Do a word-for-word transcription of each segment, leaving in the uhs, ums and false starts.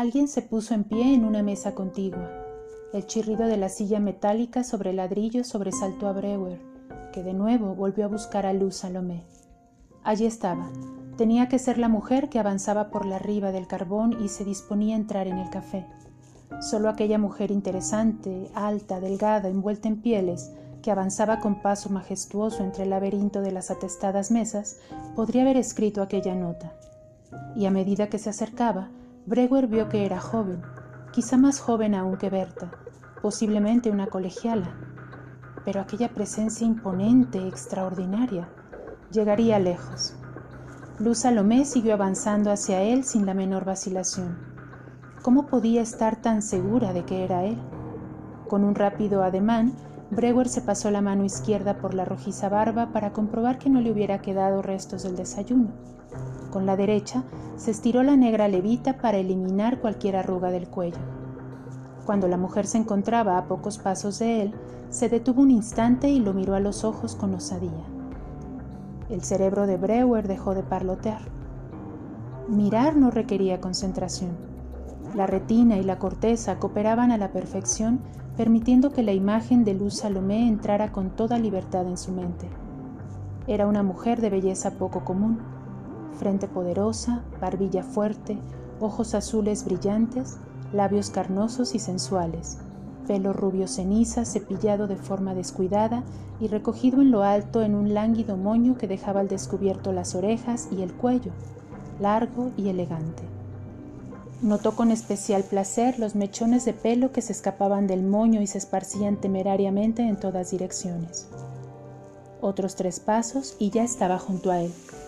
Alguien se puso en pie en una mesa contigua. El chirrido de la silla metálica sobre el ladrillo sobresaltó a Brewer, que de nuevo volvió a buscar a Luz Salomé. Allí estaba. Tenía que ser la mujer que avanzaba por la riba del carbón y se disponía a entrar en el café. Solo aquella mujer interesante, alta, delgada, envuelta en pieles, que avanzaba con paso majestuoso entre el laberinto de las atestadas mesas, podría haber escrito aquella nota. Y a medida que se acercaba, Brewer vio que era joven, quizá más joven aún que Berta, posiblemente una colegiala. Pero aquella presencia imponente, extraordinaria, llegaría lejos. Luz Salomé siguió avanzando hacia él sin la menor vacilación. ¿Cómo podía estar tan segura de que era él? Con un rápido ademán, Brewer se pasó la mano izquierda por la rojiza barba para comprobar que no le hubiera quedado restos del desayuno. Con la derecha se estiró la negra levita para eliminar cualquier arruga del cuello. Cuando la mujer se encontraba a pocos pasos de él, se detuvo un instante y lo miró a los ojos con osadía. El cerebro de Brewer dejó de parlotear. Mirar no requería concentración. La retina y la corteza cooperaban a la perfección, permitiendo que la imagen de Luz Salomé entrara con toda libertad en su mente. Era una mujer de belleza poco común. Frente poderosa, barbilla fuerte, ojos azules brillantes, labios carnosos y sensuales, pelo rubio ceniza cepillado de forma descuidada y recogido en lo alto en un lánguido moño que dejaba al descubierto las orejas y el cuello, largo y elegante. Notó con especial placer los mechones de pelo que se escapaban del moño y se esparcían temerariamente en todas direcciones. Otros tres pasos y ya estaba junto a él.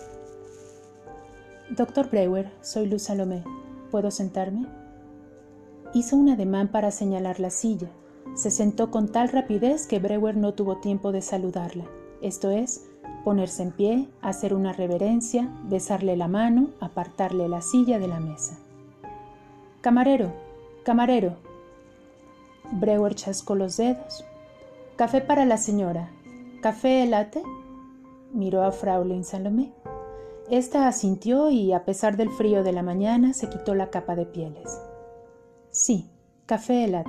«Doctor Brewer, soy Luz Salomé. ¿Puedo sentarme?» Hizo un ademán para señalar la silla. Se sentó con tal rapidez que Brewer no tuvo tiempo de saludarla, esto es, ponerse en pie, hacer una reverencia, besarle la mano, apartarle la silla de la mesa. «Camarero, camarero». Brewer chascó los dedos. «Café para la señora. ¿Café latte?» Miró a Fraulein Salomé. Esta asintió y, a pesar del frío de la mañana, se quitó la capa de pieles. «Sí, café latte».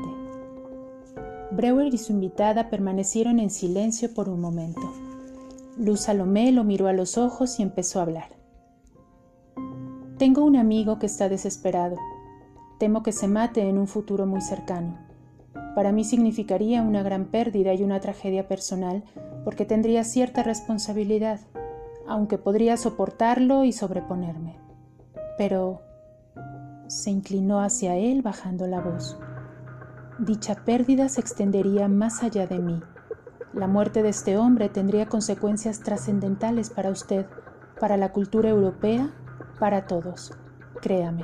Brewer y su invitada permanecieron en silencio por un momento. Luz Salomé lo miró a los ojos y empezó a hablar. «Tengo un amigo que está desesperado. Temo que se mate en un futuro muy cercano. Para mí significaría una gran pérdida y una tragedia personal, porque tendría cierta responsabilidad, aunque podría soportarlo y sobreponerme. Pero…» se inclinó hacia él bajando la voz. «Dicha pérdida se extendería más allá de mí. La muerte de este hombre tendría consecuencias trascendentales para usted, para la cultura europea, para todos. Créame».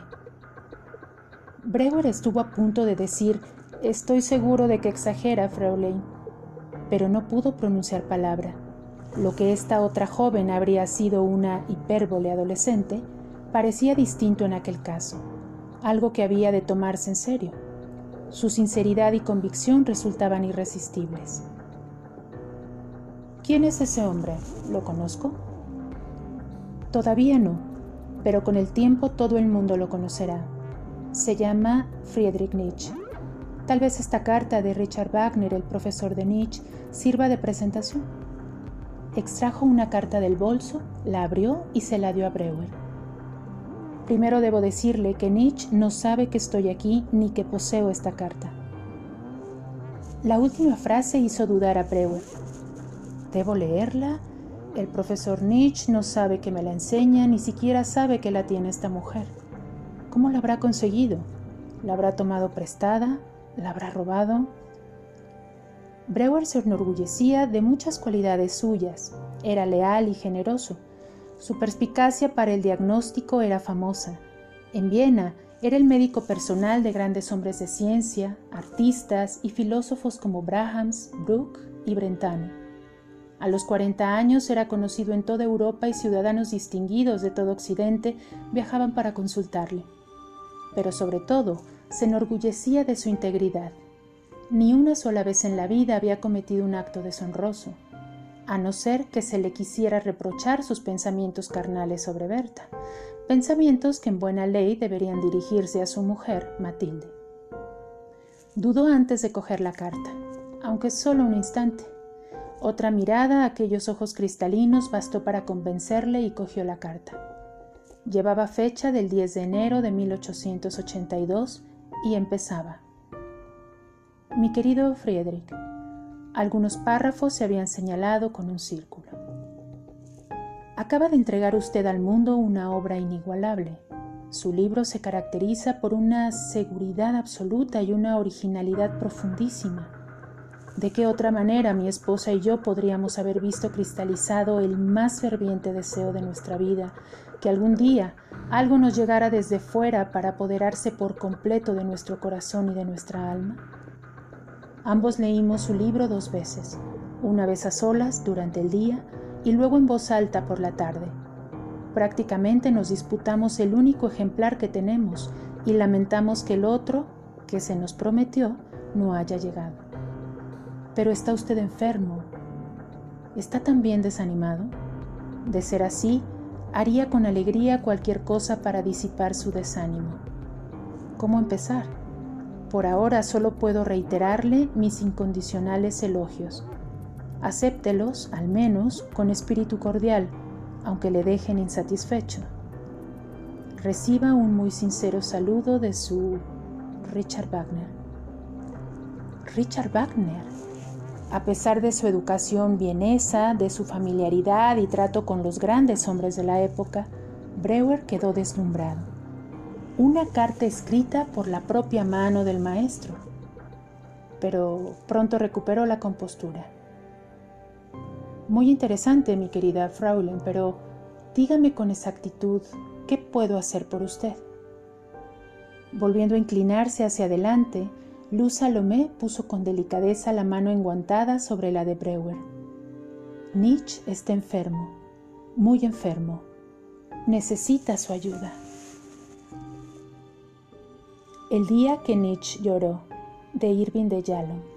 Brewer estuvo a punto de decir: «Estoy seguro de que exagera, Fraulein», pero no pudo pronunciar palabra. Lo que esta otra joven habría sido una hipérbole adolescente, parecía distinto en aquel caso, algo que había de tomarse en serio. Su sinceridad y convicción resultaban irresistibles. «¿Quién es ese hombre? ¿Lo conozco?» «Todavía no, pero con el tiempo todo el mundo lo conocerá. Se llama Friedrich Nietzsche. Tal vez esta carta de Richard Wagner, el profesor de Nietzsche, sirva de presentación». Extrajo una carta del bolso, la abrió y se la dio a Brewer. «Primero debo decirle que Nietzsche no sabe que estoy aquí ni que poseo esta carta». La última frase hizo dudar a Brewer. «¿Debo leerla? El profesor Nietzsche no sabe que me la enseña, ni siquiera sabe que la tiene esta mujer. ¿Cómo la habrá conseguido? ¿La habrá tomado prestada? ¿La habrá robado?» Brewer se enorgullecía de muchas cualidades suyas. Era leal y generoso. Su perspicacia para el diagnóstico era famosa. En Viena era el médico personal de grandes hombres de ciencia, artistas y filósofos como Brahms, Brooke y Brentano. A los cuarenta años era conocido en toda Europa y ciudadanos distinguidos de todo Occidente viajaban para consultarle. Pero sobre todo, se enorgullecía de su integridad. Ni una sola vez en la vida había cometido un acto deshonroso, a no ser que se le quisiera reprochar sus pensamientos carnales sobre Berta, pensamientos que en buena ley deberían dirigirse a su mujer, Matilde. Dudó antes de coger la carta, aunque solo un instante. Otra mirada a aquellos ojos cristalinos bastó para convencerle y cogió la carta. Llevaba fecha del diez de enero de mil ochocientos ochenta y dos y empezaba. Mi querido Friedrich, algunos párrafos se habían señalado con un círculo. Acaba de entregar usted al mundo una obra inigualable. Su libro se caracteriza por una seguridad absoluta y una originalidad profundísima. ¿De qué otra manera mi esposa y yo podríamos haber visto cristalizado el más ferviente deseo de nuestra vida, que algún día algo nos llegara desde fuera para apoderarse por completo de nuestro corazón y de nuestra alma? Ambos leímos su libro dos veces, una vez a solas durante el día y luego en voz alta por la tarde. Prácticamente nos disputamos el único ejemplar que tenemos y lamentamos que el otro, que se nos prometió, no haya llegado. Pero está usted enfermo. ¿Está también desanimado? De ser así, haría con alegría cualquier cosa para disipar su desánimo. ¿Cómo empezar? Por ahora solo puedo reiterarle mis incondicionales elogios. Acéptelos, al menos, con espíritu cordial, aunque le dejen insatisfecho. Reciba un muy sincero saludo de su Richard Wagner. Richard Wagner. A pesar de su educación vienesa, de su familiaridad y trato con los grandes hombres de la época, Breuer quedó deslumbrado. Una carta escrita por la propia mano del maestro. Pero pronto recuperó la compostura. Muy interesante, mi querida Fraulein, pero dígame con exactitud, ¿qué puedo hacer por usted? Volviendo a inclinarse hacia adelante, Luz Salomé puso con delicadeza la mano enguantada sobre la de Breuer. Nietzsche está enfermo, muy enfermo. Necesita su ayuda. El día que Nietzsche lloró, de Irving de Yalom.